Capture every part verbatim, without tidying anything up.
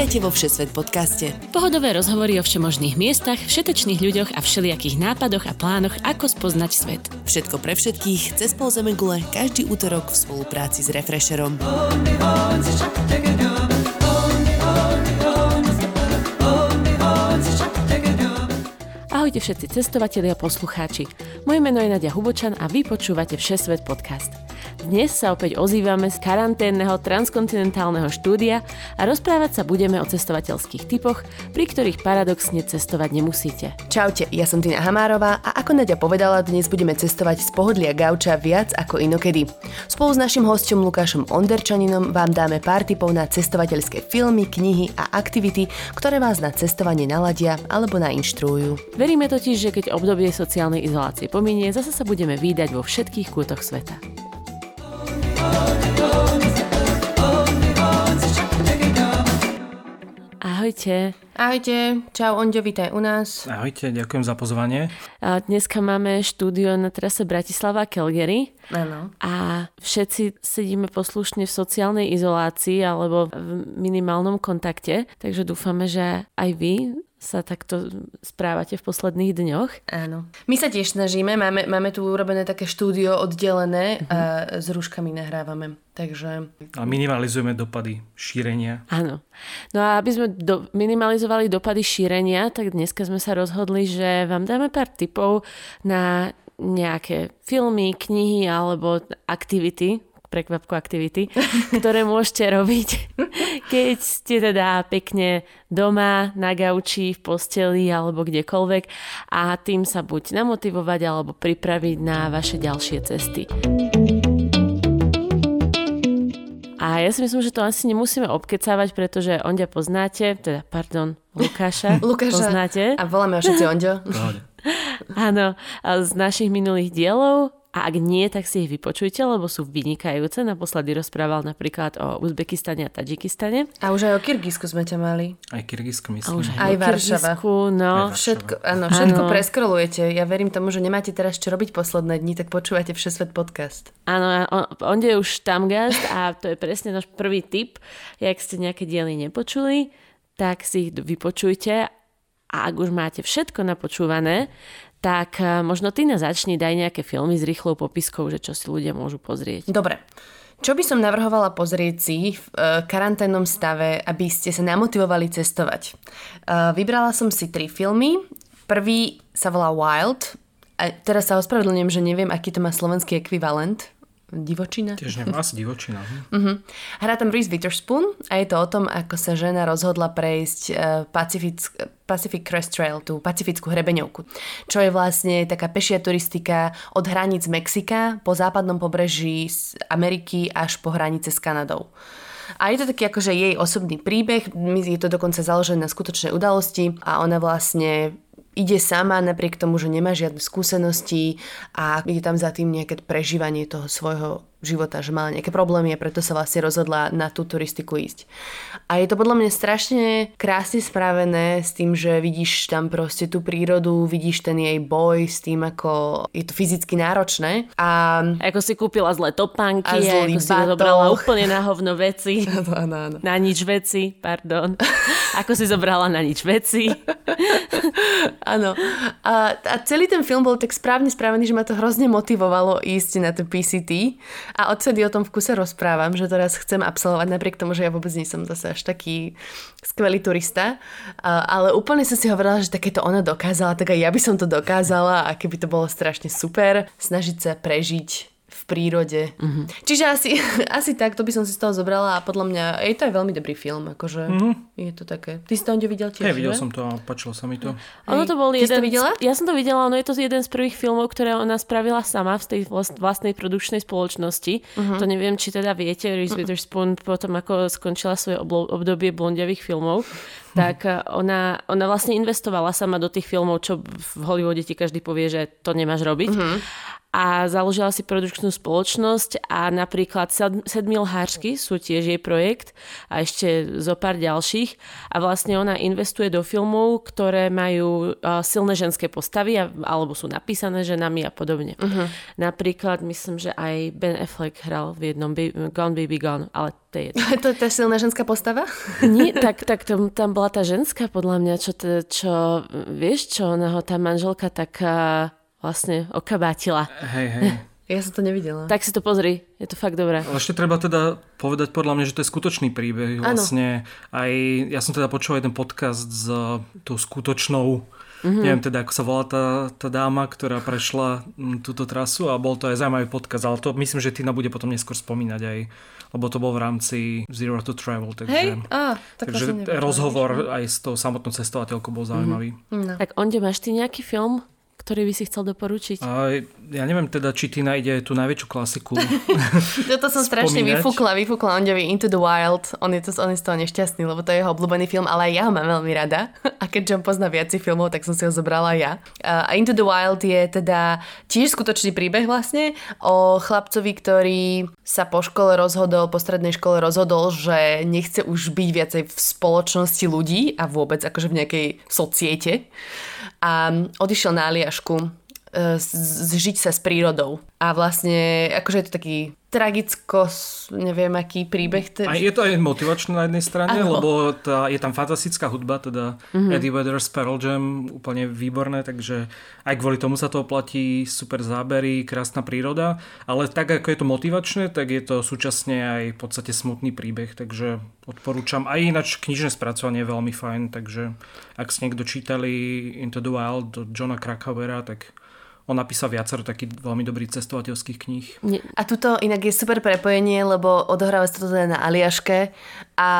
Vítajte vo Všesvet podcaste. Pohodové rozhovory o všemožných miestach, všetečných ľuďoch a všelijakých nápadoch a plánoch, ako spoznať svet. Všetko pre všetkých cez pol zemegule každý útorok v spolupráci s Refresherom. Ahojte všetci cestovatelia a poslucháči. Moje meno je Nadia Hubočan a vy počúvate Všesvet podcast. Dnes sa opäť ozývame z karanténneho transkontinentálneho štúdia a rozprávať sa budeme o cestovateľských typoch, pri ktorých paradoxne cestovať nemusíte. Čaute, ja som Tina Hamárová a ako Nadia povedala, dnes budeme cestovať z pohodlia gauča viac ako inokedy. Spolu s našim hosťom Lukášom Onderčaninom vám dáme pár tipov na cestovateľské filmy, knihy a aktivity, ktoré vás na cestovanie naladia alebo nainštruujú. Veríme totiž, že keď obdobie sociálnej izolácie pominie, zase sa budeme vídať vo všetkých kútoch sveta. Ahojte. Ahojte, čau Onďo, vítaj u nás. Ahojte, ďakujem za pozvanie. A dneska máme štúdio na trase Bratislava-Calgary. Áno. A všetci sedíme poslušne v sociálnej izolácii alebo v minimálnom kontakte, takže dúfame, že aj vy sa takto správate v posledných dňoch. Áno. My sa tiež snažíme, máme, máme tu urobené také štúdio oddelené uh-huh. a s rúškami nahrávame. Takže... A minimalizujeme dopady šírenia. Áno. No a aby sme do, minimalizovali dopady šírenia, tak dneska sme sa rozhodli, že vám dáme pár tipov na nejaké filmy, knihy alebo aktivity, prekvapko aktivity, ktoré môžete robiť, keď ste teda pekne doma, na gauči, v posteli alebo kdekoľvek a tým sa buď namotivovať alebo pripraviť na vaše ďalšie cesty. A ja si myslím, že to asi nemusíme obkecávať, pretože Onďa poznáte, teda pardon, Lukáša, Lukáša poznáte. A voláme ho všetci Onďo. Áno, z našich minulých dielov. A ak nie, tak si ich vypočujte, lebo sú vynikajúce. Naposledy rozprával napríklad o Uzbekistane a Tadžikistane. A už aj o Kyrgyzsku sme ťa mali. Aj Kyrgyzsko, myslím. A už aj, aj o Varšava. No. Aj všetko, áno, všetko áno. Preskrolujete. Ja verím tomu, že nemáte teraz čo robiť posledné dni, tak počúvate Všesvet podcast. Áno, on, on je už Štamgast a to je presne náš prvý tip. Jak ste nejaké diely nepočuli, tak si ich vypočujte. A ak už máte všetko napočúvané, tak možno ty nás začni, daj nejaké filmy s rýchlou popiskou, že čo si ľudia môžu pozrieť. Dobre. Čo by som navrhovala pozrieť si v e, karanténnom stave, aby ste sa namotivovali cestovať? E, vybrala som si tri filmy. Prvý sa volá Wild. A teraz sa ospravedlňujem, že neviem, aký to má slovenský ekvivalent. Divočina? Tiež neviem, asi divočina. Uh-huh. Hrá tam Reese Witherspoon a je to o tom, ako sa žena rozhodla prejsť uh, Pacific, Pacific Crest Trail, tú pacifickú hrebeňovku, čo je vlastne taká pešia turistika od hraníc Mexika po západnom pobreží z Ameriky až po hranice s Kanadou. A je to taký akože jej osobný príbeh, je to dokonca založené na skutočnej udalosti a ona vlastne ide sama napriek tomu, že nemá žiadne skúsenosti a je tam za tým nejaké prežívanie toho svojho života, že mala nejaké problémy a preto sa vlastne rozhodla na tú turistiku ísť. A je to podľa mňa strašne krásne spravené s tým, že vidíš tam proste tú prírodu, vidíš ten jej boj s tým, ako je to fyzicky náročné. A ako si kúpila zlé topánky, a ako si zobrala úplne na hovno veci. Áno, áno, áno. Na nič veci, pardon. Ako si zobrala na nič veci. Áno. A, a celý ten film bol tak správne spravený, že ma to hrozne motivovalo ísť na to P C T. A odtedy o tom v kuse rozprávam, že teraz chcem absolvovať, napriek tomu, že ja vôbec nie som zase až taký skvelý turista. A, ale úplne som si hovorila, že takéto ona dokázala, tak aj ja by som to dokázala a keby to bolo strašne super, snažiť sa prežiť v prírode. Mm-hmm. Čiže asi, asi tak, to by som si z toho zobrala a podľa mňa je to aj veľmi dobrý film, akože mm-hmm. je to také. Ty si to Onďo videl tiež, Ja videl že? som to a páčilo sa mi to. Ono to bol Ty jeden, si to videla? Ja som to videla, ono je to jeden z prvých filmov, ktoré ona spravila sama v tej vlastnej produkčnej spoločnosti. Mm-hmm. To neviem, či teda viete, Reese Witherspoon potom ako skončila svoje obdobie blondiavých filmov, tak ona, ona vlastne investovala sama do tých filmov, čo v Hollywoode ti každý povie, že to nemáš robiť. Mm-hmm. a založila si produkčnú spoločnosť a napríklad Sedmi lhářky sú tiež jej projekt a ešte zo pár ďalších a vlastne ona investuje do filmov, ktoré majú uh, silné ženské postavy a, alebo sú napísané ženami a podobne. Uh-huh. Napríklad myslím, že aj Ben Affleck hral v jednom Baby, Gone Baby Gone, ale to je jedno. To je tá silná ženská postava? Nie, tak, tak to, tam bola tá ženská podľa mňa, čo, to, čo vieš, čo ona ho tá manželka tak uh, vlastne okabátila. Hej, hej. Ja som to nevidela. Tak si to pozri, je to fakt dobré. Ale ešte treba teda povedať podľa mňa, že to je skutočný príbeh. Vlastne aj, ja som teda počul jeden podcast s tou skutočnou, mm-hmm. neviem teda, ako sa volá tá, tá dáma, ktorá prešla m, túto trasu a bol to aj zaujímavý podcast, ale to myslím, že Tina bude potom neskôr spomínať aj, lebo to bol v rámci Zero to Travel. Takže, hej, á, tak takže rozhovor aj s tou samotnou cestovateľkou bol zaujímavý. Mm-hmm. No. Tak Onde, máš ty nejaký film, ktorý by si chcel doporučiť? A ja neviem teda, či ty nájde tú najväčšiu klasiku. Toto som strašne vyfúkla, vyfúkla Ondovi Into the Wild. On je, to, on je z toho nešťastný, lebo to je jeho obľúbený film, ale aj ja ho mám veľmi rada. A keďže on pozná viacej filmov, tak som si ho zobrala ja. A Into the Wild je teda tiež skutočný príbeh vlastne o chlapcovi, ktorý sa po škole rozhodol, po strednej škole rozhodol, že nechce už byť viacej v spoločnosti ľudí a vôbec akože v nejakej societe. A odišiel na Aliašku zžiť sa s prírodou. A vlastne, akože je to taký tragicko, neviem aký príbeh. A je to aj motivačné na jednej strane, ano. Lebo tá, je tam fantastická hudba, teda mm-hmm. Eddie Vedder's Pearl Jam, úplne výborné, takže aj kvôli tomu sa to oplatí, super zábery, krásna príroda, ale tak ako je to motivačné, tak je to súčasne aj v podstate smutný príbeh, takže odporúčam. Aj ináč knižné spracovanie je veľmi fajn, takže ak ste niekto čítali Into the Wild od Johna Krakauera, tak on napísal viacero takých veľmi dobrých cestovateľských kníh. A tuto inak je super prepojenie, lebo odohráva sa to teda na Aliaške a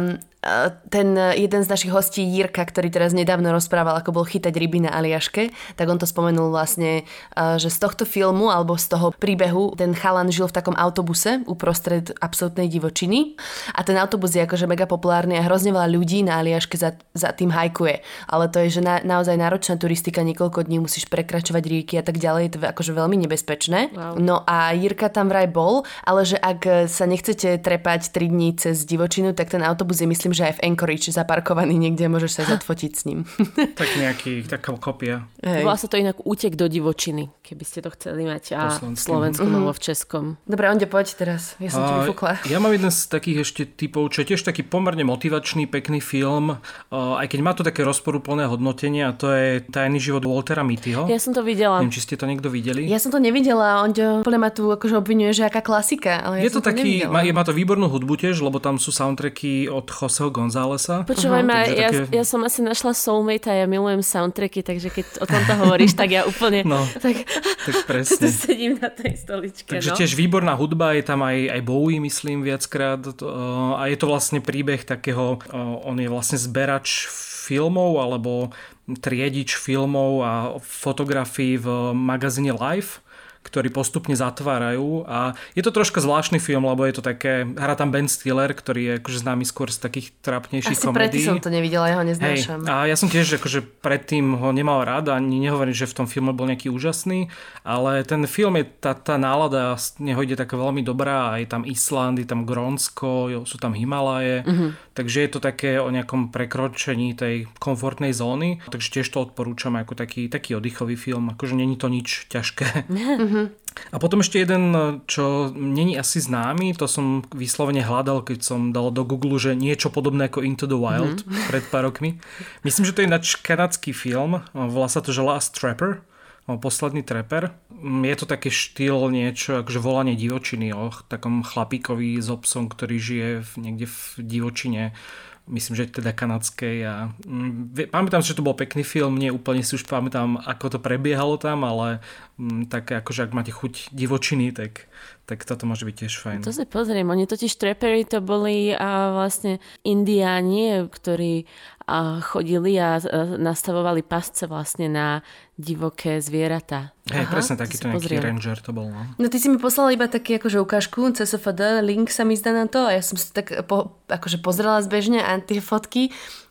ten jeden z našich hostí Jirka, ktorý teraz nedávno rozprával, ako bol chytať ryby na Aliaške, tak on to spomenul vlastne, že z tohto filmu alebo z toho príbehu ten chalan žil v takom autobuse uprostred absolútnej divočiny a ten autobus je akože mega populárny a hrozne veľa ľudí na Aliaške za, za tým hajkuje. Ale to je, že na, naozaj náročná turistika, niekoľko dní musíš prekračovať rieky a tak ďalej, je to akože veľmi nebezpečné. Wow. No a Jirka tam vraj bol, ale že ak sa nechcete trepať tri dní cez divočinu, tak ten autobus je, myslím, že aj v Anchorage zaparkovaný niekde, môžeš sa zatfotiť s ním. Tak nejaký, taká kopia. Volá sa to inak Útek do divočiny, keby ste to chceli mať a v slovenskom alebo v českom. Dobre, Onde, poď teraz. Ja som ti vyfúkla. Ja mám jeden z takých ešte typov, čo je tiež taký pomerne motivačný, pekný film, aj keď má to také rozporúplné hodnotenie a to je Tajný život Waltera Mittyho. Ja som to videla. Neviem, či ste to niekto videli. Ja som to nevidela, Onde podľa ma tu akože obvinuje, že aká klasika, ale ja je to to taký, má, má to výbornú hudbu tiež, lebo tam sú soundtracky od Joseho Gonzálesa. Počúvaj ma, ja, také... ja som asi našla soulmate a ja milujem soundtracky, takže keď o tomto hovoríš, tak ja úplne no, tak, tak presne. sedím na tej stoličke. Takže no. tiež výborná hudba, je tam aj, aj Bowie, myslím, viackrát. A je to vlastne príbeh takého, on je vlastne zberač filmov alebo triedič filmov a fotografií v magazíne Life, ktorí postupne zatvárajú a je to troška zvláštny film, lebo je to také, hrá tam Ben Stiller, ktorý je akože známy skôr z takých trápnejších Asi komédií. Asi preto som to nevidela, ja ho neznášam. Hej, a ja som tiež akože predtým ho nemal rád, ani nehovorím, že v tom filme bol nejaký úžasný, ale ten film je, tá, tá nálada z neho ide taká veľmi dobrá, aj tam Island, je tam Grónsko, sú tam Himalaje, uh-huh. takže je to také o nejakom prekročení tej komfortnej zóny, takže tiež to odporúčam ako taký, taký oddychový film, akože není to nič ťažké. Uh-huh. A potom ešte jeden, čo není asi známy, to som vyslovene hľadal, keď som dal do Google, že niečo podobné ako Into the Wild mm-hmm. pred pár rokmi. Myslím, že to je ináč kanadský film, volá sa to, že Last Trapper, Posledný trapper. Je to taký štýl niečo, akože volanie divočiny o takom chlapíkovi s obsom, ktorý žije v, niekde v divočine. Myslím, že teda kanadskej a mm, pamätám si, že to bol pekný film, nie úplne si už pamätám, ako to prebiehalo tam, ale mm, tak akože ak máte chuť divočiny, tak, tak toto môže byť tiež fajn. To si pozriem, oni totiž trapery to boli a vlastne indiáni, ktorí a chodili a nastavovali pasce vlastne na divoké zvieratá. Hej, presne takýto nejaký ranger to bol. No. no ty si mi poslala iba taký akože ukážku, cé es ef dé, link sa mi zdá na to a ja som si tak po, akože pozrela zbežne a tie fotky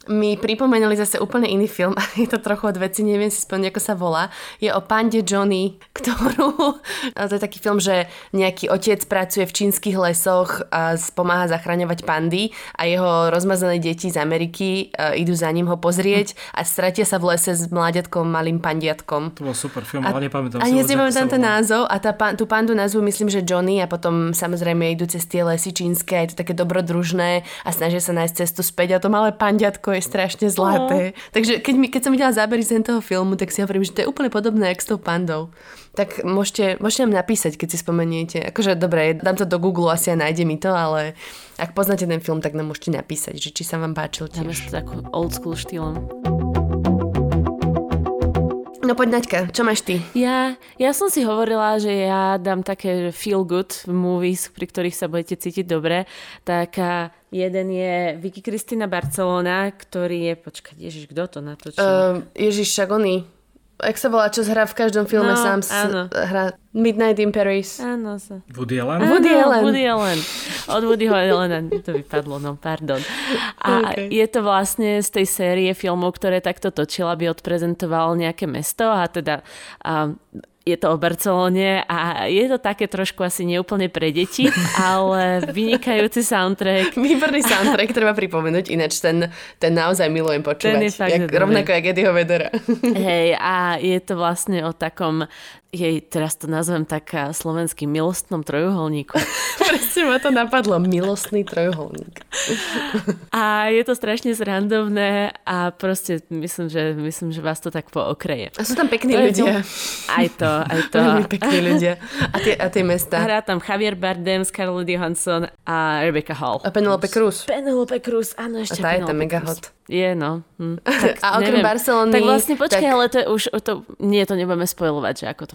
mi pripomenuli zase úplne iný film. Je to trochu od veci, neviem si spomenúť, ako sa volá. Je o pande Johnny, ktorú... To je taký film, že nejaký otec pracuje v čínskych lesoch a pomáha zachraňovať pandy a jeho rozmazané deti z Ameriky uh, idú za ním ho pozrieť a stratia sa v lese s mláďatkom, malým pandiatkom. To bol super film, ale nepamätám si. A nepamätám ten volá. názov a tá, tú pandu nazvu myslím, že Johnny a potom samozrejme idú cez tie lesy čínske a je to také dobrodružné a snažia sa nájsť cestu späť a to malé pandiatko je strašne zlaté. Oh. Takže keď, mi, keď som videla zábery z toho filmu, tak si hovorím, že to je úplne podobné jak s tou pandou. Tak môžete, môžete nám napísať, keď si spomeniete. Akože dobre, dám to do Google, asi aj nájde mi to, ale ak poznáte ten film, tak nám môžete napísať, že či sa vám páčil tiež. Dáme to takú old school štýlom. No poď Naďka, čo máš ty? Ja, ja som si hovorila, že ja dám také feel good movies, pri ktorých sa budete cítiť dobre. Tak jeden je Vicky Cristina Barcelona, ktorý je... Počkaj, Ježiš, kto to natočil? Uh, Ježiš Šagony. Jak sa volá, čo hrá v každom filme no, sám áno. Hrá Midnight in Paris. Áno sa. Woody Allen? Woody Allen. Woody Allen. Od Woodyho Allena to vypadlo, no pardon. A okay. Je to vlastne z tej série filmov, ktoré takto točila, aby odprezentoval nejaké mesto a teda... A, je to o Barcelone a je to také trošku asi neúplne pre deti, ale vynikajúci soundtrack. Výborný soundtrack, treba pripomenúť, ináč ten, ten naozaj milujem počúvať. Ten je fakt jak, rovnako jak Eddieho Vedera. Hej, a je to vlastne o takom, jej, teraz to nazvem tak slovenským milostnom trojuholníku. Presne ma to napadlo, milostný trojuholník. A je to strašne zrandovné a proste myslím, že, myslím, že vás to tak pookreje. A sú tam pekní to ľudia. Aj to, aj to. Veľmi pekní ľudia. A tie, a tie mesta. Hrá tam Javier Bardem, Scarlett Johansson a Rebecca Hall. A Penelope Cruz. Penelope Cruz, áno, ešte a tá Penelope je tam mega Cruz. hot. Je, no. Hm. Tak, a okrem neviem. Barcelony... Tak vlastne počkaj, tak... ale to je už... To, nie, to nebudeme spoilovať, že ako to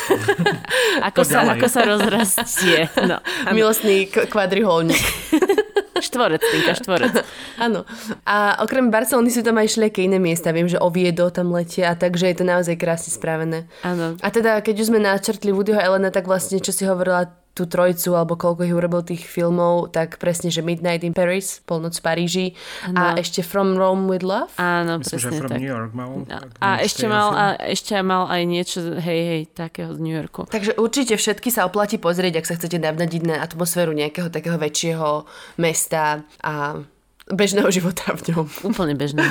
ako, sa, ako sa rozrastie. No, milostný k- kvadriholník. Štvorec, týka štvorec. Áno. A okrem Barcelony sú tam aj všelijaké iné miesta. Viem, že Oviedo tam letia a takže je to naozaj krásne spravené. Áno. A teda, keď už sme načrtli Woodyho Allena, tak vlastne, čo si hovorila tú trojcu, alebo koľko ich urobil tých filmov, tak presne, že Midnight in Paris, Polnoc v Paríži ano. A ešte From Rome with Love. Áno, myslím, presne že From tak. New York mal. A, tak, a, ešte mal, a ešte mal aj niečo, hej, hej, takého z New Yorku. Takže určite všetky sa oplatí pozrieť, ak sa chcete navnadiť na atmosféru nejakého takého väčšieho mesta a bežného života v ňom. Úplne bežného.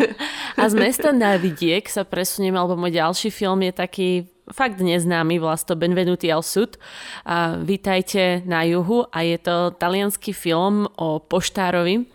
A z mesta na vidiek sa presuniem, alebo môj ďalší film je taký fakt neznámy, volá to Benvenuti al Sud. A vítajte na juhu a je to taliansky film o poštárovi,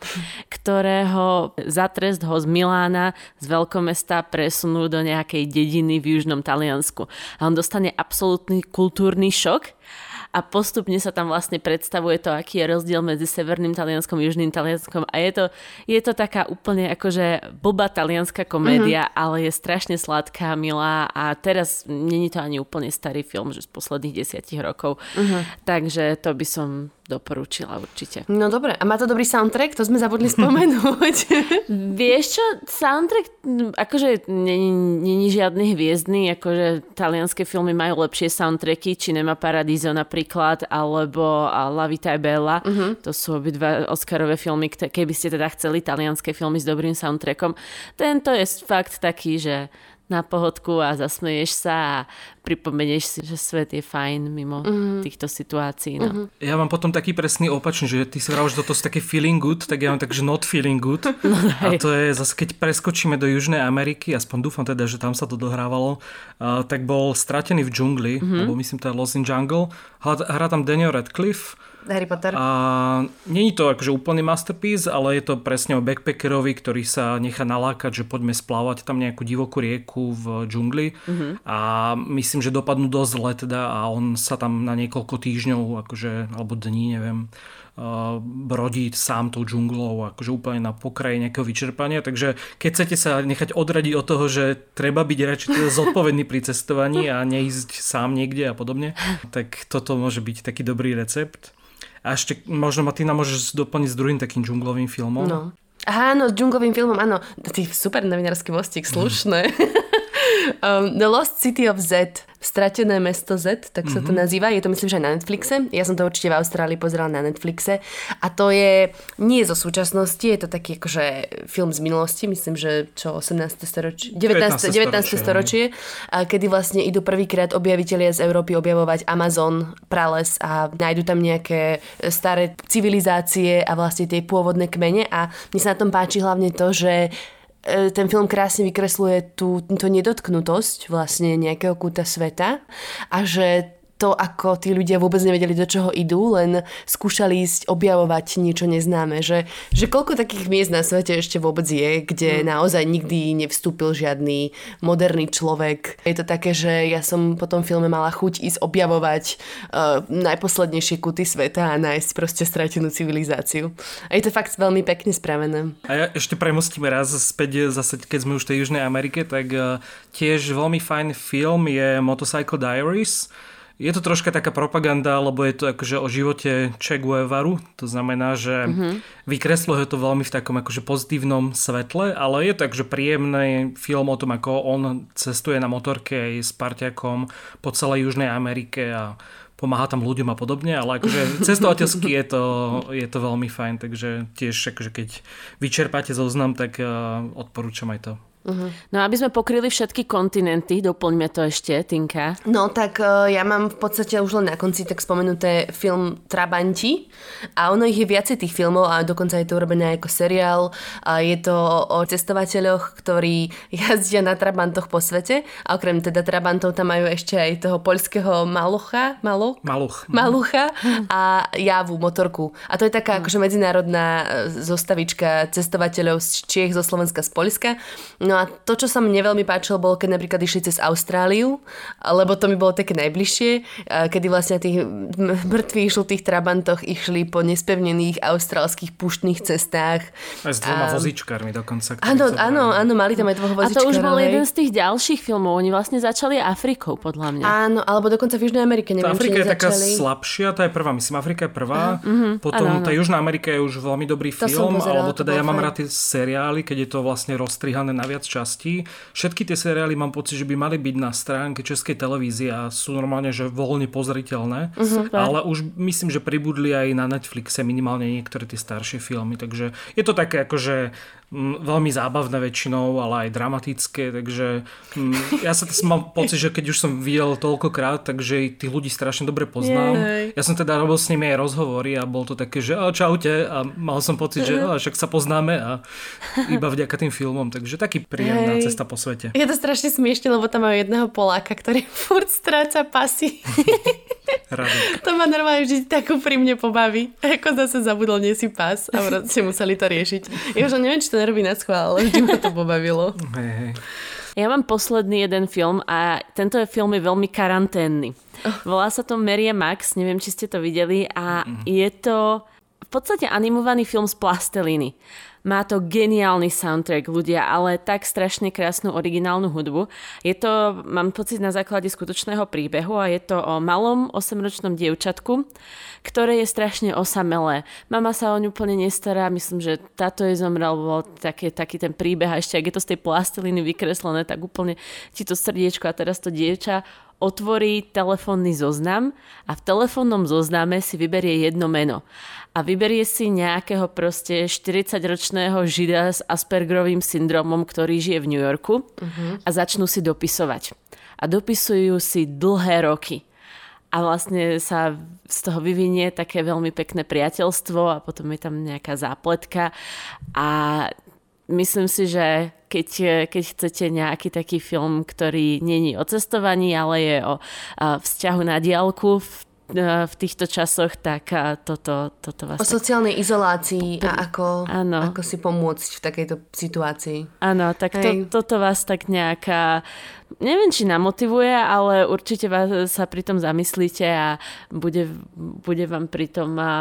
ktorého za trest ho z Milána, z veľkomesta presunú do nejakej dediny v južnom Taliansku. A on dostane absolútny kultúrny šok a postupne sa tam vlastne predstavuje to, aký je rozdiel medzi severným Talianskom a južným Talianskom. A je to, je to taká úplne akože blbá talianská komédia, mm-hmm. ale je strašne sladká, milá a teraz není to ani úplne starý film, že z posledných desiatich rokov. Mm-hmm. Takže to by som doporučila určite. No dobre, a má to dobrý soundtrack? To sme zabudli spomenúť. Vieš čo, soundtrack akože není žiadny hviezdny, akože talianské filmy majú lepšie soundtracky, Cinema Paradiso napríklad, alebo La Vita è Bella. Uh-huh. To sú obidva Oscarové filmy, keby ste teda chceli talianské filmy s dobrým soundtrackom. Tento je fakt taký, že na pohodku a zasmeješ sa a pripomenieš si, že svet je fajn mimo mm. týchto situácií. No. Mm-hmm. Ja mám potom taký presný opačný, že ty si vravíš, že toto sú také feeling good, tak ja mám tak, že not feeling good. No, a to je zase, keď preskočíme do Južnej Ameriky, aspoň dúfam teda, že tam sa to dohrávalo, uh, tak bol Stratený v džungli, mm-hmm. alebo myslím to je Lost in Jungle. Hrá, hrá tam Daniel Radcliffe. Harry Potter. A nie je to akože úplný masterpiece, ale je to presne o backpackerovi, ktorý sa nechá nalákať, že poďme splávať tam nejakú divokú rieku v džungli. Mm-hmm. A myslím, že dopadnú dosť zle teda a on sa tam na niekoľko týždňov, akože, alebo dní, neviem, uh, brodí sám tou džunglou, akože úplne na pokraji nejakého vyčerpania. Takže keď chcete sa nechať odradiť od toho, že treba byť radšej teda zodpovedný pri cestovaní a neísť sám niekde a podobne, tak toto môže byť taký dobrý recept. A ešte možno Martina môžeš doplniť s druhým takým džunglovým filmom. No. Aha, no, s džunglovým filmom, áno. Ty super novinársky mostík, slušné. um, The Lost City of Z, Stratené mesto Z, tak sa to mm-hmm. nazýva. Je to myslím, že aj na Netflixe. Ja som to určite v Austrálii pozerala na Netflixe. A to je, nie zo súčasnosti, je to taký akože film z minulosti, myslím, že čo osemnáste storočie, devätnáste storočie, kedy vlastne idú prvýkrát objavitelia z Európy objavovať Amazon, prales a nájdu tam nejaké staré civilizácie a vlastne tie pôvodné kmene. A mne sa na tom páči hlavne to, že ten film krásne vykresluje tú, tú nedotknutosť vlastne nejakého kúta sveta a že to, ako tí ľudia vôbec nevedeli, do čoho idú, len skúšali ísť objavovať niečo neznáme. Že, že koľko takých miest na svete ešte vôbec je, kde mm. naozaj nikdy nevstúpil žiadny moderný človek. Je to také, že ja som po tom filme mala chuť ísť objavovať uh, najposlednejšie kuty sveta a nájsť proste stratenú civilizáciu. A je to fakt veľmi pekne spravené. A ja ešte premostíme raz späť, zase keď sme už v tej Južnej Amerike, tak uh, tiež veľmi fajn film je Motorcycle Diaries. Je to troška taká propaganda, lebo je to akože o živote Che Guevaru. To znamená, že mm-hmm. vykresluje to veľmi v takom akože pozitívnom svetle, ale je to akože príjemný film o tom, ako on cestuje na motorke aj s parťakom po celej Južnej Amerike a pomáha tam ľuďom a podobne, ale akože cestovateľsky je to, je to veľmi fajn, takže tiež akože keď vyčerpáte zoznam, tak uh, odporúčam aj to. Uh-huh. No aby sme pokryli všetky kontinenty, doplňme to ešte, Tinka. No tak uh, ja mám v podstate už len na konci tak spomenuté film Trabanti a ono ich je viacej tých filmov a dokonca je to urobené ako seriál a je to o cestovateľoch, ktorí jazdia na Trabantoch po svete a okrem teda Trabantov tam majú ešte aj toho poľského Malucha, Malo? Maluch. Malucha a Javu, motorku. A to je taká akože medzinárodná zostavička cestovateľov z Čiech, zo Slovenska, z Poľska. No a to, čo sa mne veľmi páčilo, bolo, keď napríklad išli cez Austráliu, lebo to mi bolo také najbližšie, kedy vlastne tých mŕtvych žltých trabantoch išli po nespevnených austrálskych púštnych cestách. Aj s dvoma a... vozíčkármi dokonca. Áno, áno, áno, mali tam aj dvoch vozíčkárov. A to už bol jeden z tých ďalších filmov. Oni vlastne začali Afrikou, podľa mňa. Áno, alebo dokonca v Južnej Amerike. Neviem, Afrika je nezačali. Taká slabšia, tá je prvá. Myslím, Afrika je prvá. Uh-huh. Potom áno, áno. Tá Južná Amerika je už veľmi dobrý to film, pozerala, alebo teda ja mám rád tie seriály, keď je to vlastne rozstrihané na viac častí. Všetky tie seriály mám pocit, že by mali byť na stránke Českej televízie a sú normálne, že voľne pozriteľné. Uh-huh, ale už myslím, že pribudli aj na Netflixe minimálne niektoré tie staršie filmy. Takže je to také akože m, veľmi zábavné väčšinou, ale aj dramatické. Takže m, ja sa mám pocit, že keď už som videl toľkokrát, takže tých ľudí strašne dobre poznám. Jej. Ja som teda robil s nimi aj rozhovory a bol to také, že a, čaute a mal som pocit, že a, však sa poznáme a iba vďaka tým filmom. Takže taký príjemná Hej. cesta po svete. Je to strašne smiešne, lebo tam majú jedného Poláka, ktorý furt stráca pasy. Radek. To ma normálne vždy tak úprimne pobaví. Ako zase zabudol niesi pás a proste museli to riešiť. Ja už neviem, či to nerobí na schvál, ale vždy ma to pobavilo. Hej, hej. Ja mám posledný jeden film a tento film je veľmi karanténny. Volá sa to Merie Max, neviem, či ste to videli a mm. je to v podstate animovaný film z plasteliny. Má to geniálny soundtrack, ľudia, ale tak strašne krásnu originálnu hudbu. Je to, mám pocit, na základe skutočného príbehu a je to o malom osemročnom dievčatku, ktoré je strašne osamelé. Mama sa oň úplne nestará, myslím, že táto je zomrel, bol taký, taký ten príbeh a ešte ak je to z tej plasteliny vykreslené, tak úplne ti to srdiečko a teraz to dievča otvorí telefónny zoznam a v telefónnom zozname si vyberie jedno meno. A vyberie si nejakého proste štyridsaťročného žida s Aspergerovým syndromom, ktorý žije v New Yorku uh-huh. a začnú si dopisovať. A dopisujú si dlhé roky. A vlastne sa z toho vyvinie také veľmi pekné priateľstvo a potom je tam nejaká zápletka a myslím si, že keď, keď chcete nejaký taký film, ktorý nie je o cestovaní, ale je o vzťahu na diaľku v, v týchto časoch, tak toto, toto vás... O tak... sociálnej izolácii a ako, ako si pomôcť v takejto situácii. Áno, tak to, toto vás tak nejaká... Neviem, či namotivuje, ale určite vás sa pri tom zamyslíte a bude, bude vám pri tom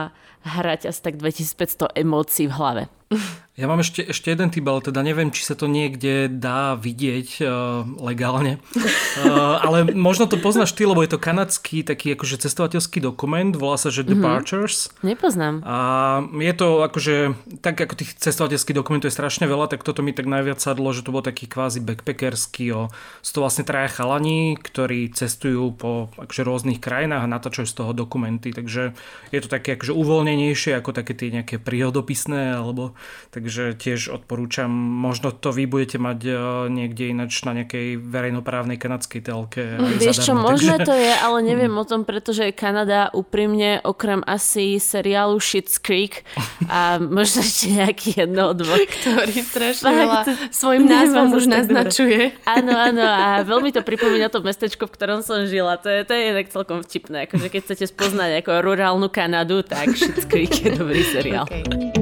hrať asi tak dvetisícpäťsto emócií v hlave. Ja mám ešte, ešte jeden typ, ale teda neviem, či sa to niekde dá vidieť uh, legálne. Uh, ale možno to poznáš ty, lebo je to kanadský taký akože cestovateľský dokument, volá sa, že Departures. Mm-hmm. Nepoznám. A je to akože, tak ako tých cestovateľských dokumentov je strašne veľa, tak toto mi tak najviac sadlo, že to bol taký kvázi backpackerský, o, sú to vlastne traja chalani, ktorí cestujú po akože rôznych krajinách a natáčajú z toho dokumenty, takže je to také akože uvoľnenejšie ako také tie nejaké prírodopisné, alebo takže tiež odporúčam, možno to vy budete mať niekde ináč na nejakej verejnoprávnej kanadskej telke. Vieš čo, zadarmo, možno takže... to je, ale neviem o tom, pretože Kanada úprimne, okrem asi seriálu Schitt's Creek a možno ešte nejaký jedno dvoch, ktorý strašne veľa svojim názvom už naznačuje. Áno, áno, a veľmi to pripomína to mestečko, v ktorom som žila. To je, to je tak celkom vtipné. Akože keď chcete spoznať ako rurálnu Kanadu, tak Schitt's Creek je dobrý seriál. Okay.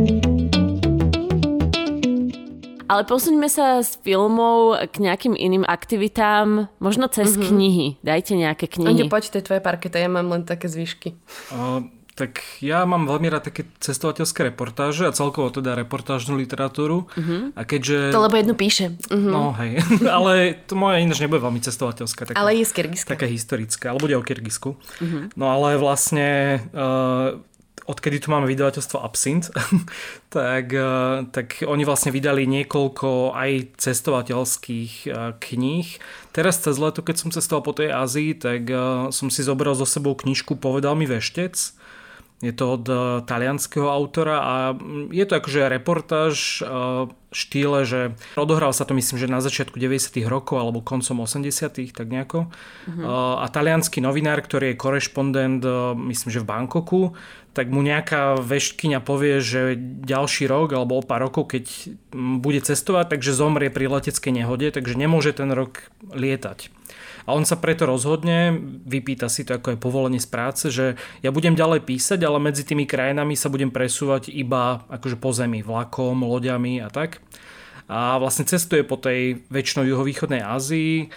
Ale posuňme sa z filmov k nejakým iným aktivitám, možno cez mm-hmm. knihy. Dajte nejaké knihy. Ande, poď, to je tvoja parketa, ja mám len také zvyšky. Uh, tak ja mám veľmi rád také cestovateľské reportáže a celkovo teda reportážnu literatúru. Mm-hmm. A keďže... To lebo jednu píše. Mm-hmm. No hej, ale to moja ináč nebude veľmi cestovateľská. Taká, ale je z Kyrgyzska. Taká historická, ale bude o Kyrgyzsku. Mm-hmm. No ale vlastne... Uh, odkedy tu máme vydavateľstvo Absint, tak, tak oni vlastne vydali niekoľko aj cestovateľských kníh. Teraz cez leto, keď som cestoval po tej Ázii, tak som si zobral so sebou knižku Povedal mi veštec. Je to od talianskeho autora a je to akože reportáž štýle, že odohral sa to myslím, že na začiatku deväťdesiatych rokov alebo koncom osemdesiatych tak nejako. Mm-hmm. A taliansky novinár, ktorý je korešpondent, myslím, že v Bangkoku, tak mu nejaká veštkyňa povie, že ďalší rok alebo o pár rokov, keď bude cestovať, takže zomrie pri leteckej nehode, takže nemôže ten rok lietať. A on sa preto rozhodne, vypýta si to ako je povolenie z práce, že ja budem ďalej písať, ale medzi tými krajinami sa budem presúvať iba akože po zemi, vlakom, loďami a tak. A vlastne cestuje po tej väčšinou juhovýchodnej Ázii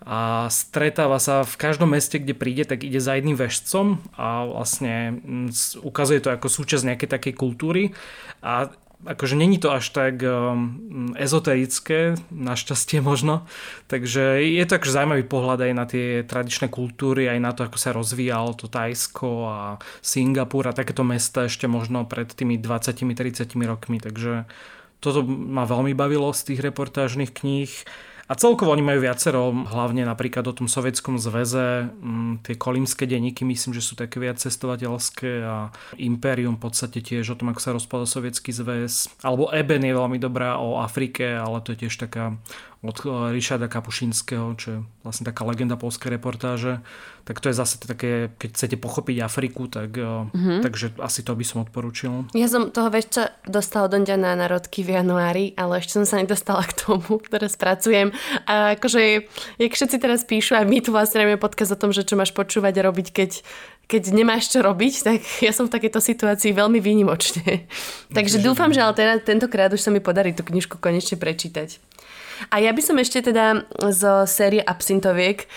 a stretáva sa v každom meste, kde príde, tak ide za jedným veštcom a vlastne ukazuje to ako súčasť nejakej takej kultúry. A akože není to až tak um, ezoterické, našťastie možno, takže je to akože zaujímavý pohľad aj na tie tradičné kultúry, aj na to, ako sa rozvíjalo to Thajsko a Singapur a takéto mesta ešte možno pred tými dvadsiatimi tridsiatimi rokmi, takže toto ma veľmi bavilo z tých reportážnych kníh. A celkovo oni majú viacero, hlavne napríklad o tom Sovietskom zväze, m, tie kolímske denníky, myslím, že sú také viac cestovateľské a Imperium v podstate tiež o tom, ako sa rozpadol Sovietsky zväz. Alebo Eben je veľmi dobrá o Afrike, ale to je tiež taká od Richarda Kapušinského, čo je vlastne taká legenda poľskej reportáže. Tak to je zase také, keď chcete pochopiť Afriku, tak, mm-hmm. takže asi to by som odporúčil. Ja som toho vešča dostala do mňa na narodky v januári, ale ešte som sa nedostala k tomu, teraz pracujem. A akože, jak všetci teraz píšu, a my tu vlastne robíme podcast o tom, že čo máš počúvať a robiť, keď keď nemáš čo robiť, tak ja som v takejto situácii veľmi výnimočne. Takže dúfam, že ale teda, tentokrát už sa mi podarí tú knižku konečne prečítať. A ja by som ešte teda zo série Absintoviek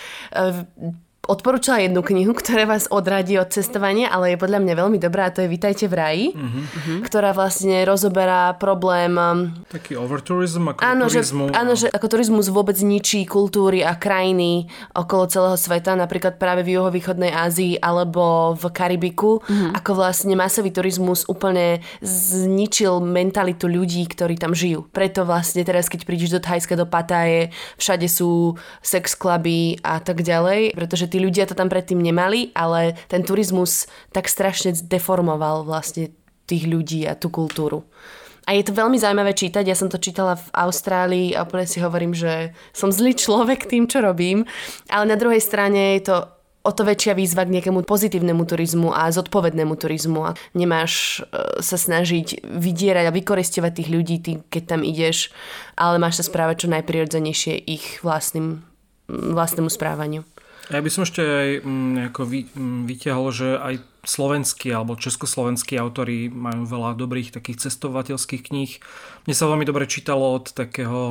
odporúčala jednu knihu, ktorá vás odradí od cestovania, ale je podľa mňa veľmi dobrá, a to je Vitajte v ráji, uh-huh. ktorá vlastne rozoberá problém... Taký overtourism, ako áno, turizmu. Že, áno, že ako turizmus vôbec ničí kultúry a krajiny okolo celého sveta, napríklad práve v juhovýchodnej Ázii alebo v Karibiku, uh-huh. ako vlastne masový turizmus úplne zničil mentalitu ľudí, ktorí tam žijú. Preto vlastne teraz, keď prídeš do Thajska, do Pattaje, všade sú sex kluby a tak ďalej, pretože tí ľudia to tam predtým nemali, ale ten turizmus tak strašne deformoval vlastne tých ľudí a tú kultúru. A je to veľmi zaujímavé čítať. Ja som to čítala v Austrálii a úplne si hovorím, že som zlý človek tým, čo robím. Ale na druhej strane je to o to väčšia výzva k nejakému pozitívnemu turizmu a zodpovednému turizmu. A nemáš sa snažiť vydierať a vykorisťovať tých ľudí, tým, keď tam ideš, ale máš sa správať čo najprirodzenejšie ich vlastným, vlastnému správaniu. Ja by som ešte aj nejako vy, vytiahol, že aj slovenskí alebo československí autori majú veľa dobrých takých cestovateľských kníh. Mne sa veľmi dobre čítalo od takého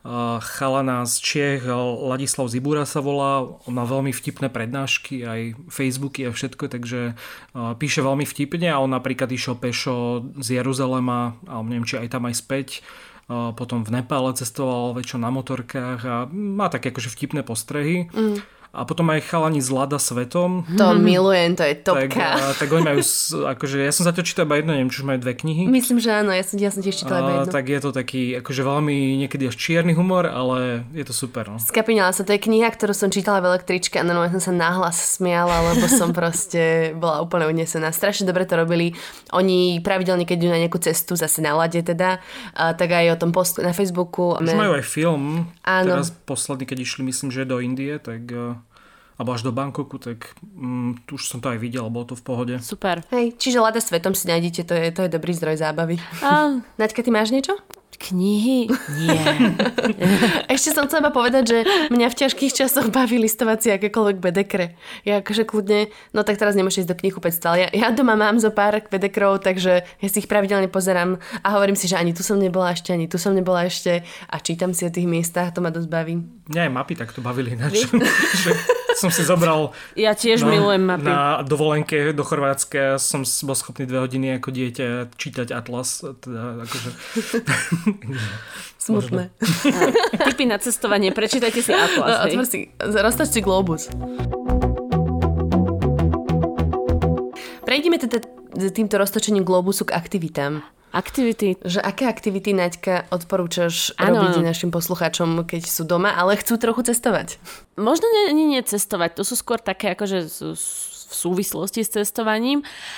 chalana z Čiech, Ladislav Zibura sa volá, on má veľmi vtipné prednášky, aj Facebooky a všetko, takže píše veľmi vtipne a on napríklad išiel pešo z Jeruzalema, alebo neviem, či aj tam aj späť, potom v Nepále cestoval väčšinou na motorkách a má také akože vtipné postrehy. Mm. A potom aj chalani z Lada svetom. To milujem, to je topka. Tak, tak oni majú, akože ja som zatiaľ čítal iba jedno, neviem, či už majú dve knihy. Myslím, že áno, ja som, ja som tiež čítala iba jedno. Tak je to taký, akože veľmi niekedy až čierny humor, ale je to super. No. Skapinala sa, to je kniha, ktorú som čítala v električke a normálne som sa nahlas smiala, lebo som proste bola úplne unesená. Strašne dobre to robili. Oni pravidelne, keď idú na nejakú cestu, zase na Lade teda, a tak aj o tom postu na Facebooku. Už majú aj film. Áno. Teraz posledný, keď išli, myslím, že do Indie, tak... alebo až do Bangkoku, tak um, už som to aj videl, bolo to v pohode. Super. Hej, čiže Lada svetom si nájdete, to je, to je dobrý zdroj zábavy. A... Naďka, ty máš niečo? Knihy? Nie. Ešte som chcela povedať, že mňa v ťažkých časoch baví listovať si akékoľvek bedekre. Ja akože kľudne, no tak teraz nemôžeš ísť do knihkupectva, ale ja, ja doma mám zo pár bedekrov, takže ja si ich pravidelne pozerám a hovorím si, že ani tu som nebola ešte, ani tu som nebola ešte a čítam si o tých miestach, to ma dosť baví. Mňa aj mapy takto bavili ináč. Som si zobral ja tiež na, milujem mapy. Na dovolenke do Chorvátska som bol schopný dve hodiny ako dieťa čítať Atlas. Teda akože... Smutné. Tipy na cestovanie, prečítajte si Atlas. No, otvor si, roztač si globus. Prejdime teda týmto roztočením globusu k aktivitám. Aktivity. Že aké aktivity, Naďka, odporúčaš ano. robiť našim poslucháčom, keď sú doma, ale chcú trochu cestovať? Možno nie, nie cestovať, to sú skôr také akože v súvislosti s cestovaním,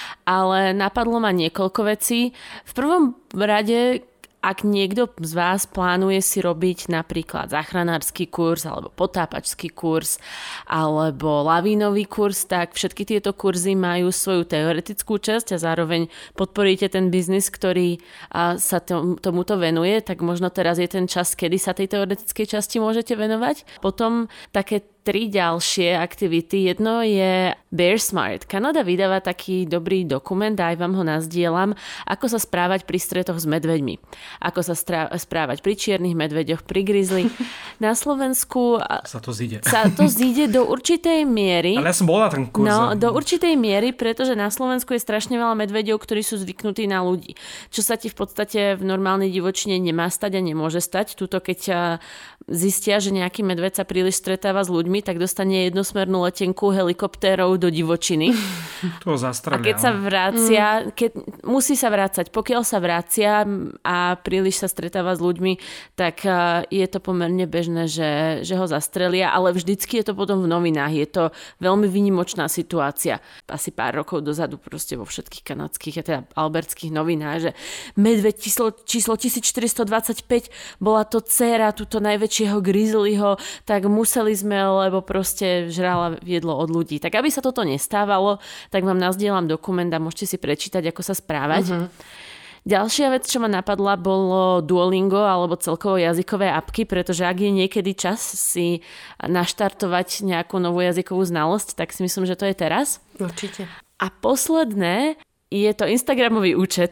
ale napadlo ma niekoľko vecí. V prvom rade, ak niekto z vás plánuje si robiť napríklad záchranársky kurz alebo potápačský kurz alebo lavínový kurz, tak všetky tieto kurzy majú svoju teoretickú časť a zároveň podporíte ten biznis, ktorý sa tomuto venuje, tak možno teraz je ten čas, kedy sa tej teoretickej časti môžete venovať. Potom také tri ďalšie aktivity. Jedno je Bear Smart. Kanada vydáva taký dobrý dokument, aj vám ho nazdielam, ako sa správať pri stretoch s medveďmi. Ako sa strá- správať pri čiernych medveďoch, pri grizzly. Na Slovensku sa to zíde. Sa to zíde do určitej miery. Ale ja som bola na tom kurze. No, do určitej miery, pretože na Slovensku je strašne veľa medveďov, ktorí sú zvyknutí na ľudí. Čo sa ti v podstate v normálnej divočine nemá stať a nemôže stať. Tuto, keď zistia, že nejaký medveď sa príliš stretáva s ľuďmi, tak dostane jednosmernú letenku helikoptérov do divočiny. To zastrelia. A keď sa vracia, keď, musí sa vrácať. Pokiaľ sa vracia a príliš sa stretáva s ľuďmi, tak je to pomerne bežné, že, že ho zastrelia, ale vždycky je to potom v novinách. Je to veľmi výnimočná situácia. Asi pár rokov dozadu proste vo všetkých kanadských, teda albertských novinách, že medveď číslo, číslo tisícštyristodvadsaťpäť bola to dcéra tuto najväčšieho grizzlyho, tak museli sme, lebo proste žrala jedlo od ľudí. Tak aby sa toto nestávalo, tak vám nazdielam dokument a môžete si prečítať, ako sa správať. Uh-huh. Ďalšia vec, čo ma napadla, bolo Duolingo alebo celkovo jazykové apky, pretože ak je niekedy čas si naštartovať nejakú novú jazykovú znalosť, tak si myslím, že to je teraz. Určite. A posledné je to Instagramový účet.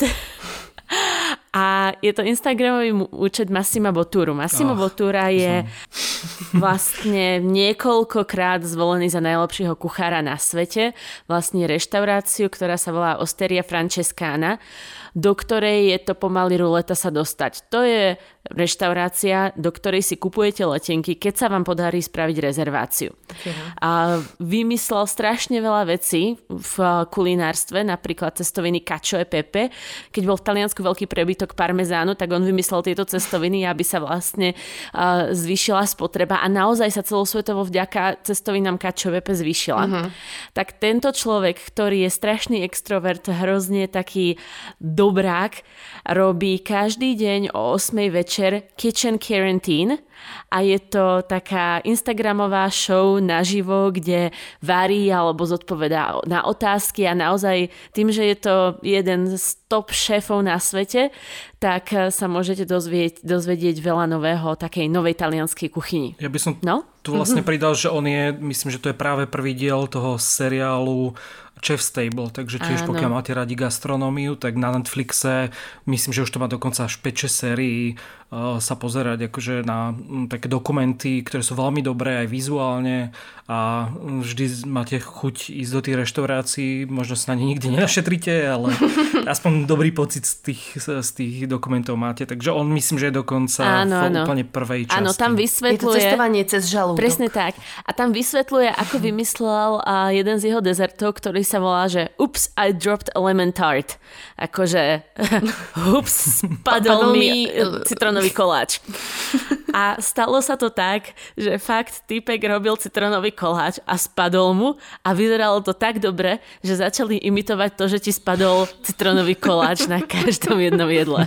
A je to Instagramový účet Massima Botturu. Massimo oh, Bottura je som... vlastne niekoľkokrát zvolený za najlepšieho kuchára na svete. Vlastne reštauráciu, ktorá sa volá Osteria Francescana, do ktorej je to pomaly ruleta sa dostať. To je reštaurácia, do ktorej si kupujete letenky, keď sa vám podarí spraviť rezerváciu. Okay. A vymyslel strašne veľa vecí v kulinárstve, napríklad cestoviny cacio e pepe. Keď bol v Taliansku veľký prebytok parmezánu, tak on vymyslel tieto cestoviny, aby sa vlastne uh, zvýšila spotreba a naozaj sa celosvetovo vďaka cestovinám cacio e pepe zvýšila. Uh-huh. Tak tento človek, ktorý je strašný extrovert, hrozne taký dobrák, robí každý deň o ôsmej večer Kitchen Quarantine a je to taká instagramová show naživo, kde varí alebo zodpovedá na otázky a naozaj tým, že je to jeden z top šéfov na svete, tak sa môžete dozvieť, dozvedieť veľa nového takej novej talianskej kuchyni. Ja by som no? tu vlastne pridal, že on je, myslím, že to je práve prvý diel toho seriálu Chef's Table, takže tiež Áno. pokiaľ máte radi gastronómiu, tak na Netflixe, myslím, že už to má dokonca až päť šesť sérií, uh, sa pozerať akože na um, také dokumenty, ktoré sú veľmi dobré aj vizuálne a vždy máte chuť ísť do tých reštaurácií, možno sa na ne nikdy nenašetrite, ale aspoň dobrý pocit z tých, z tých dokumentov máte, takže on myslím, že je dokonca áno, v áno. úplne prvej časti. Áno, tam vysvetľuje... Je to cestovanie cez žalúdok. Presne tak. A tam vysvetľuje, ako vymyslel uh, jeden z jeho dezertov, ktorý sa volá, že Oops, I dropped a lemon tart. Akože ups, spadol mi citronový koláč. A stalo sa to tak, že fakt týpek robil citronový koláč a spadol mu a vyzeralo to tak dobre, že začali imitovať to, že ti spadol citronový koláč na každom jednom jedle.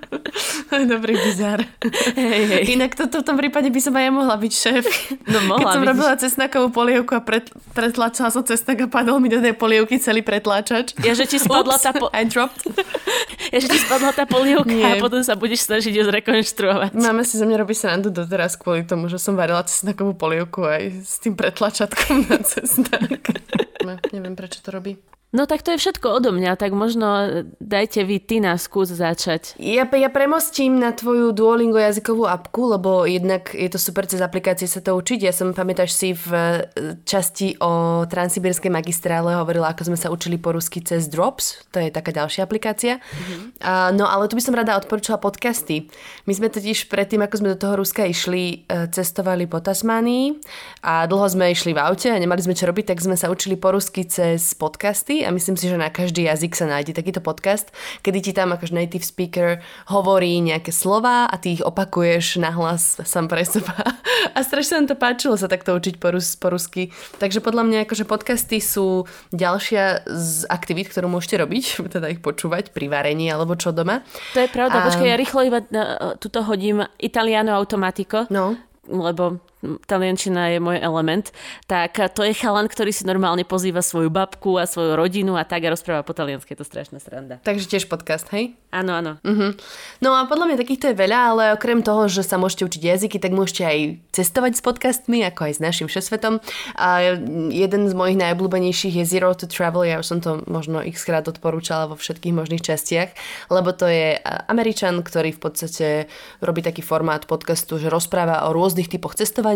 Dobrý bizár. Hej, hej. Inak toto v tom prípade by som aj ja mohla byť šéf. No mohla Keď som byť. robila cesnakovú polievku a pret, pretlačala som cesnak a padol mi do tej polievky celý pretláčač. Ja, že ti spadla Ups, tá po... I dropped. Ja, že ti spadla tá polievka Nie. a potom sa budeš snažiť ju zrekonštruovať. Mama si zo mňa robí srandu doteraz kvôli tomu, že som varila cesnakovú polievku aj s tým pretlačatkom na cesnak. No, neviem, prečo to robí. No tak to je všetko odo mňa, tak možno dajte vy ty na skús začať. Ja, ja premostím na tvoju Duolingo jazykovú apku, lebo jednak je to super cez aplikácie sa to učiť. Ja som, pamätáš si, v časti o Transsibírskej magistrále hovorila, ako sme sa učili po rusky cez Drops. To je taká ďalšia aplikácia. Mm-hmm. Uh, no ale tu by som rada odporúčala podcasty. My sme totiž predtým, ako sme do toho Ruska išli, cestovali po Tasmánii a dlho sme išli v aute a nemali sme čo robiť, tak sme sa učili po rusky cez podcasty. A myslím si, že na každý jazyk sa nájde takýto podcast, kedy ti tam akože native speaker hovorí nejaké slova a ty ich opakuješ nahlas sám pre seba. A strašne sa nám to páčilo sa takto učiť po, rus, po rusky. Takže podľa mňa akože podcasty sú ďalšia z aktivít, ktorú môžete robiť, teda ich počúvať pri varení alebo čo doma. To je pravda, A... počkaj, ja rýchlo iba na, tuto hodím Italiano Automatico. No. Lebo taliančina je môj element, tak to je chalan, ktorý si normálne pozýva svoju babku a svoju rodinu a tak a rozpráva po taliansky, je to strašná sranda. Takže tiež podcast, hej? Áno, áno. Uh-huh. No a podľa mňa takýchto je veľa, ale okrem toho, že sa môžete učiť jazyky, tak môžete aj cestovať s podcastmi, ako aj s našim všesvetom. A jeden z mojich najobľúbenejších je Zero to Travel, ja už som to možno x-krát odporúčala vo všetkých možných častiach, lebo to je Američan, ktorý v podstate robí taký formát podcastu, že rozpráva o rôznych typoch cestovania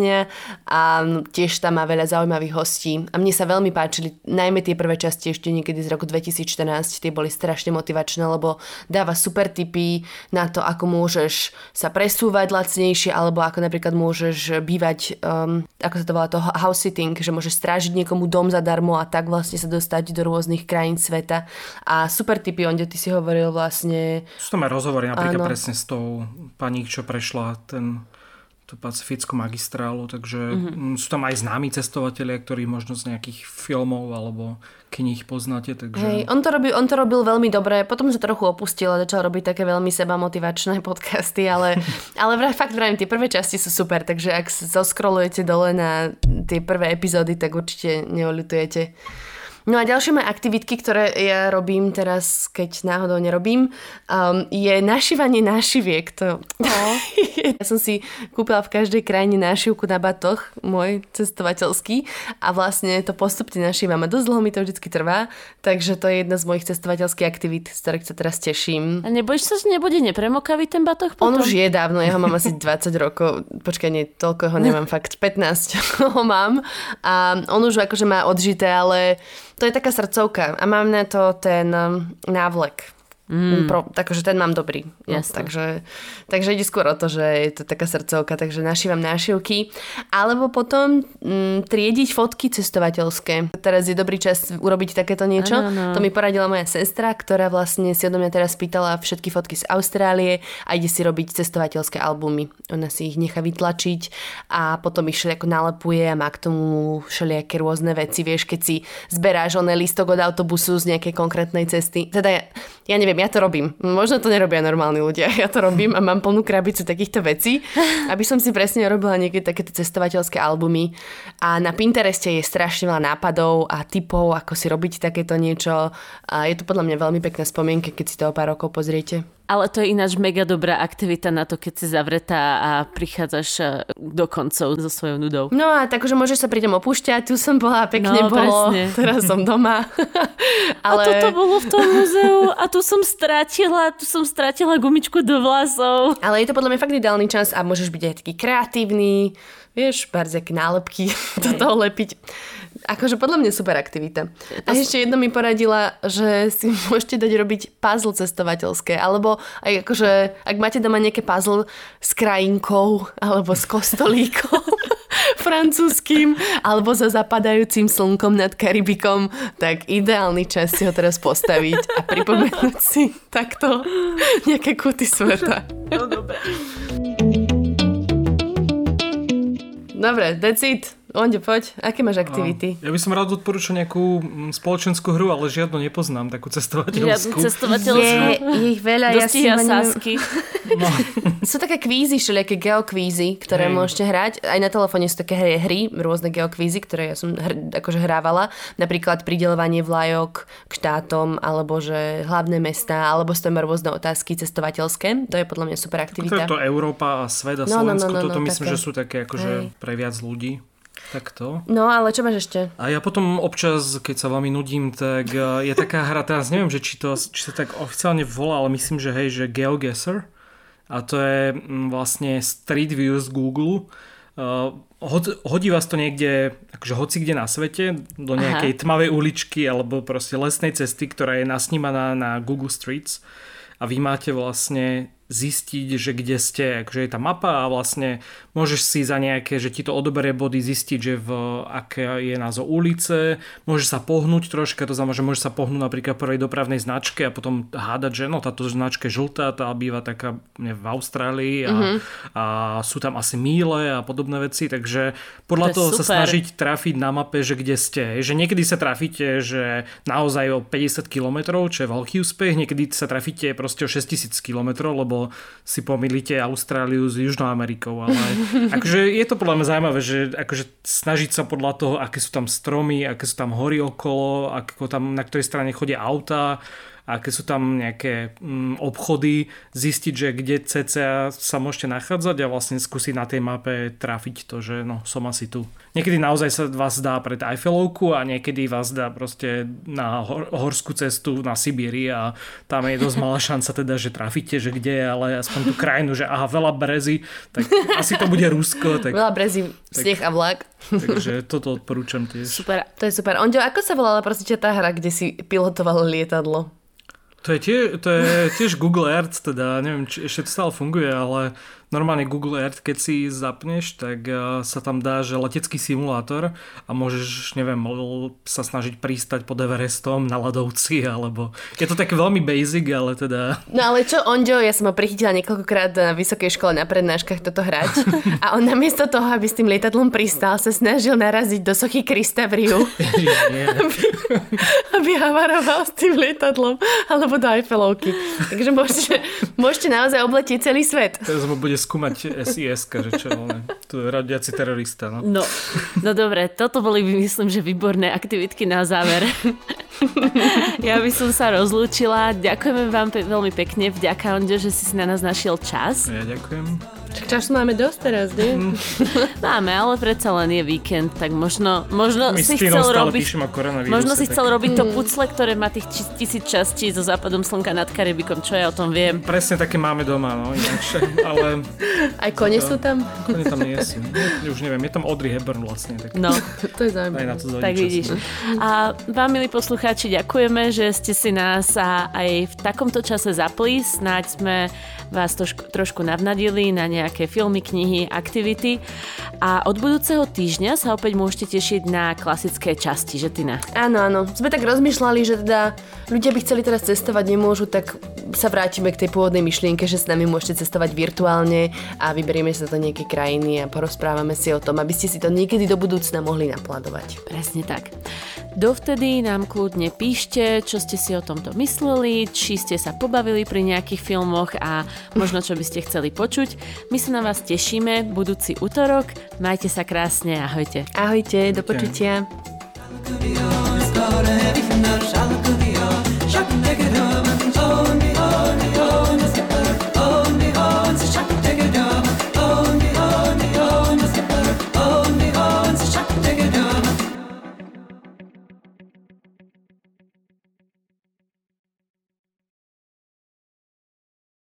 a tiež tam má veľa zaujímavých hostí. A mne sa veľmi páčili, najmä tie prvé časti ešte niekedy z roku dvetisícštrnásť, tie boli strašne motivačné, lebo dáva super tipy na to, ako môžeš sa presúvať lacnejšie, alebo ako napríklad môžeš bývať, um, ako sa to volá, to house sitting, že môžeš strážiť niekomu dom zadarmo a tak vlastne sa dostať do rôznych krajín sveta. A super tipy, onde ty si hovoril vlastne... Sú tam aj rozhovory napríklad Áno. presne s tou pani, čo prešla ten... tú pacifickú magistrálu, takže mm-hmm. sú tam aj známi cestovatelia, ktorí možno z nejakých filmov alebo kníh poznáte. Takže... Hej, on to, robil, on to robil veľmi dobre, potom sa trochu opustil a začal robiť také veľmi sebamotivačné podcasty, ale, ale vraj, fakt vrajím, tie prvé časti sú super, takže ak zoskrolujete dole na tie prvé epizódy, tak určite neoľutujete. No a ďalšie moje aktivitky, ktoré ja robím teraz, keď náhodou nerobím, um, je našívanie nášiviek. To... Oh. Ja som si kúpila v každej krajine nášivku na batoh, môj cestovateľský, a vlastne to postupne našívam a dosť dlho mi to vždycky trvá, takže to je jedna z mojich cestovateľských aktivít, z ktorých sa teraz teším. A nebojíš sa, že nebude nepremokavý ten batoh potom? On už je dávno, ja ho mám asi dvadsať rokov, počkaj, nie, toľko ho nemám, fakt pätnásť ho mám a on už akože má odžité, ale to je taká srdcovka a mám na to ten návlek. Mm. Pro, takže ten mám dobrý. No, takže, takže ide skôr o to, že je to taká srdcovka, takže našívam nášivky. Alebo potom mm, triediť fotky cestovateľské. Teraz je dobrý čas urobiť takéto niečo. Ano, no. To mi poradila moja sestra, ktorá vlastne si odo mňa teraz pýtala všetky fotky z Austrálie a ide si robiť cestovateľské albumy. Ona si ich nechá vytlačiť a potom ich všelijako nalepuje a má k tomu všelijaké rôzne veci. Vieš, keď si zberáš oné lístok od autobusu z nejakej konkrétnej cesty. Teda ja, ja neviem, ja to robím. Možno to nerobia normálni ľudia. Ja to robím a mám plnú krabicu takýchto vecí, aby som si presne robila niekedy takéto cestovateľské albumy. A na Pintereste je strašne veľa nápadov a tipov, ako si robiť takéto niečo. A je to podľa mňa veľmi pekná spomienka, keď si to o pár rokov pozriete. Ale to je ináč mega dobrá aktivita na to, keď si zavretá a prichádzaš do koncov so svojou nudou. No a takže môžeš sa pri tom opúšťať, tu som bola, pekne no, bolo, presne. Teraz som doma. Ale... A toto bolo v tom muzeu a tu som strátila, tu som strátila gumičku do vlasov. Ale je to podľa mňa fakt ideálny čas a môžeš byť aj taký kreatívny, vieš, barziaké nálepky do toho lepiť. Akože podľa mňa super aktivita. A ešte jedno mi poradila, že si môžete dať robiť puzzle cestovateľské, alebo aj akože, ak máte doma nejaké puzzle s krajinkou, alebo s kostolíkom francúzským, alebo so zapadajúcim slnkom nad Karibikom, tak ideálny čas si ho teraz postaviť a pripomenúť si takto nejaké kúty sveta. No dobre. Dobre, that's it. Onde, poď. Aké máš aktivity? Ja by som rád odporúčal nejakú spoločenskú hru, ale žiadnu nepoznám, takú cestovateľskú. Žiadnu cestovateľskú. Je, je ich veľa. Dostíha ja sásky. No. Sú také kvízy, všelijaké geokvízy, ktoré Hej. môžete hrať. Aj na telefóne sú také hry, hry rôzne geokvízy, ktoré ja som hr, akože hrávala. Napríklad prideľovanie vlajok k štátom, alebo že hlavné mestá, alebo sú tam rôzne otázky cestovateľské. To je podľa mňa super aktivita. To je to Európa a svet a No, no, Slovensko. no, no, Toto no, myslím, také. že sú také akože Hej. pre viac ľudí. Takto. No, ale čo máš ešte? A ja potom občas, keď sa veľmi nudím, tak je taká hra, teraz neviem, že či, to, či sa tak oficiálne volá, ale myslím, že hej, že GeoGuessr. A to je vlastne Street View z Google. Uh, hodí vás to niekde, akože hoci kde na svete, do nejakej Aha. tmavej uličky alebo proste lesnej cesty, ktorá je nasnímaná na Google Streets. A vy máte vlastne zistiť, že kde ste, akože je tá mapa a vlastne môžeš si za nejaké, že ti to odoberie body zistiť, že v aké je názov ulice, môžeš sa pohnúť troška, to znamená, že môžeš sa pohnúť napríklad prvej dopravnej značke a potom hádať, že no táto značka je žltá, tá býva taká ne, v Austrálii a, mm-hmm. a sú tam asi míle a podobné veci, takže podľa to toho super. Sa snažiť trafiť na mape, že kde ste. Že niekedy sa trafíte, že naozaj o päťdesiat kilometrov, čo je veľký úspech, niekedy sa trafíte proste o šesťtisíc kilometrov, lebo si pomýlite Austráliu s Južnou Amerikou, ale akože je to podľa mňa zaujímavé, že akože snažiť sa podľa toho, aké sú tam stromy, aké sú tam hory okolo, ako tam, na ktorej strane chodia autá, aké sú tam nejaké mm, obchody, zistiť, že kde cca sa môžete nachádzať a vlastne skúsiť na tej mape trafiť to, že no, som asi tu. Niekedy naozaj sa vás dá pred Eiffelovku a niekedy vás dá proste na hor- horskú cestu na Sibíri a tam je dosť malá šanca teda, že trafíte, že kde je, ale aspoň tú krajinu, že aha, veľa brezy, tak asi to bude Rusko. Tak, veľa brezy, sneh a vlak. Takže toto odporúčam tiež. Super, to je super. Onďo, ako sa volala prosím ťa tá hra, kde si pilotoval lietadlo? To je, tie, to je tiež Google Earth, teda neviem, či ešte to stále funguje, ale normálne Google Earth, keď si zapneš, tak sa tam dá, že letecký simulátor a môžeš, neviem, sa snažiť pristať pod Everestom na ľadovci, alebo je to také veľmi basic, ale teda... No ale čo, Onďo, ja som ho prichytila niekoľkokrát na vysokej škole na prednáškach toto hrať a on namiesto toho, aby s tým lietadlom pristal, sa snažil naraziť do sochy Krista v Riu. aby, aby havaroval s tým lietadlom, alebo do Eiffelovky. Takže môžete, môžete naozaj obletieť celý svet. Teraz mu bude skúmať es í es-ka, že čo, ale tu je radiaci terorista, no. No, no dobre, toto boli, myslím, že výborné aktivitky na záver. Ja by som sa rozlúčila. Ďakujeme vám pe- veľmi pekne. Vďaka, Onďo, že si si na nás našiel čas. Ja ďakujem. Času máme dosť teraz, nie? Mm. Máme, ale predsa len je víkend, tak možno, možno My si chcel robiť možno si tak... chcel robiť to pucle, ktoré má tých tisíc častí so západom slnka nad Karibikom, čo ja o tom viem. Presne také máme doma, no ináč, ale... Aj kone sú tam? Kone tam nie sú. Už neviem, je tam Audrey Hepburn vlastne. Tak... No. To je zaujímavé. Tak vidíš. A vám, milí poslucháči, ďakujeme, že ste si nás aj v takomto čase zapli. Snáď sme vás trošku, trošku navnadili na nejaké filmy, knihy, aktivity. A od budúceho týždňa sa opäť môžete tešiť na klasické časti, že Tina? Áno, áno. Sme tak rozmýšľali, že teda ľudia by chceli teraz cestovať, nemôžu, tak sa vrátime k tej pôvodnej myšlienke, že s nami môžete cestovať virtuálne a vyberieme sa do nejakej krajiny a porozprávame si o tom, aby ste si to niekedy do budúcna mohli naplánovať. Presne tak. Dovtedy nám kľudne píšte, čo ste si o tomto mysleli, či ste sa pobavili pri nejakých filmoch a možno čo by ste chceli počuť. My sa na vás tešíme budúci utorok. Majte sa krásne, ahojte. Ahojte, do počutia.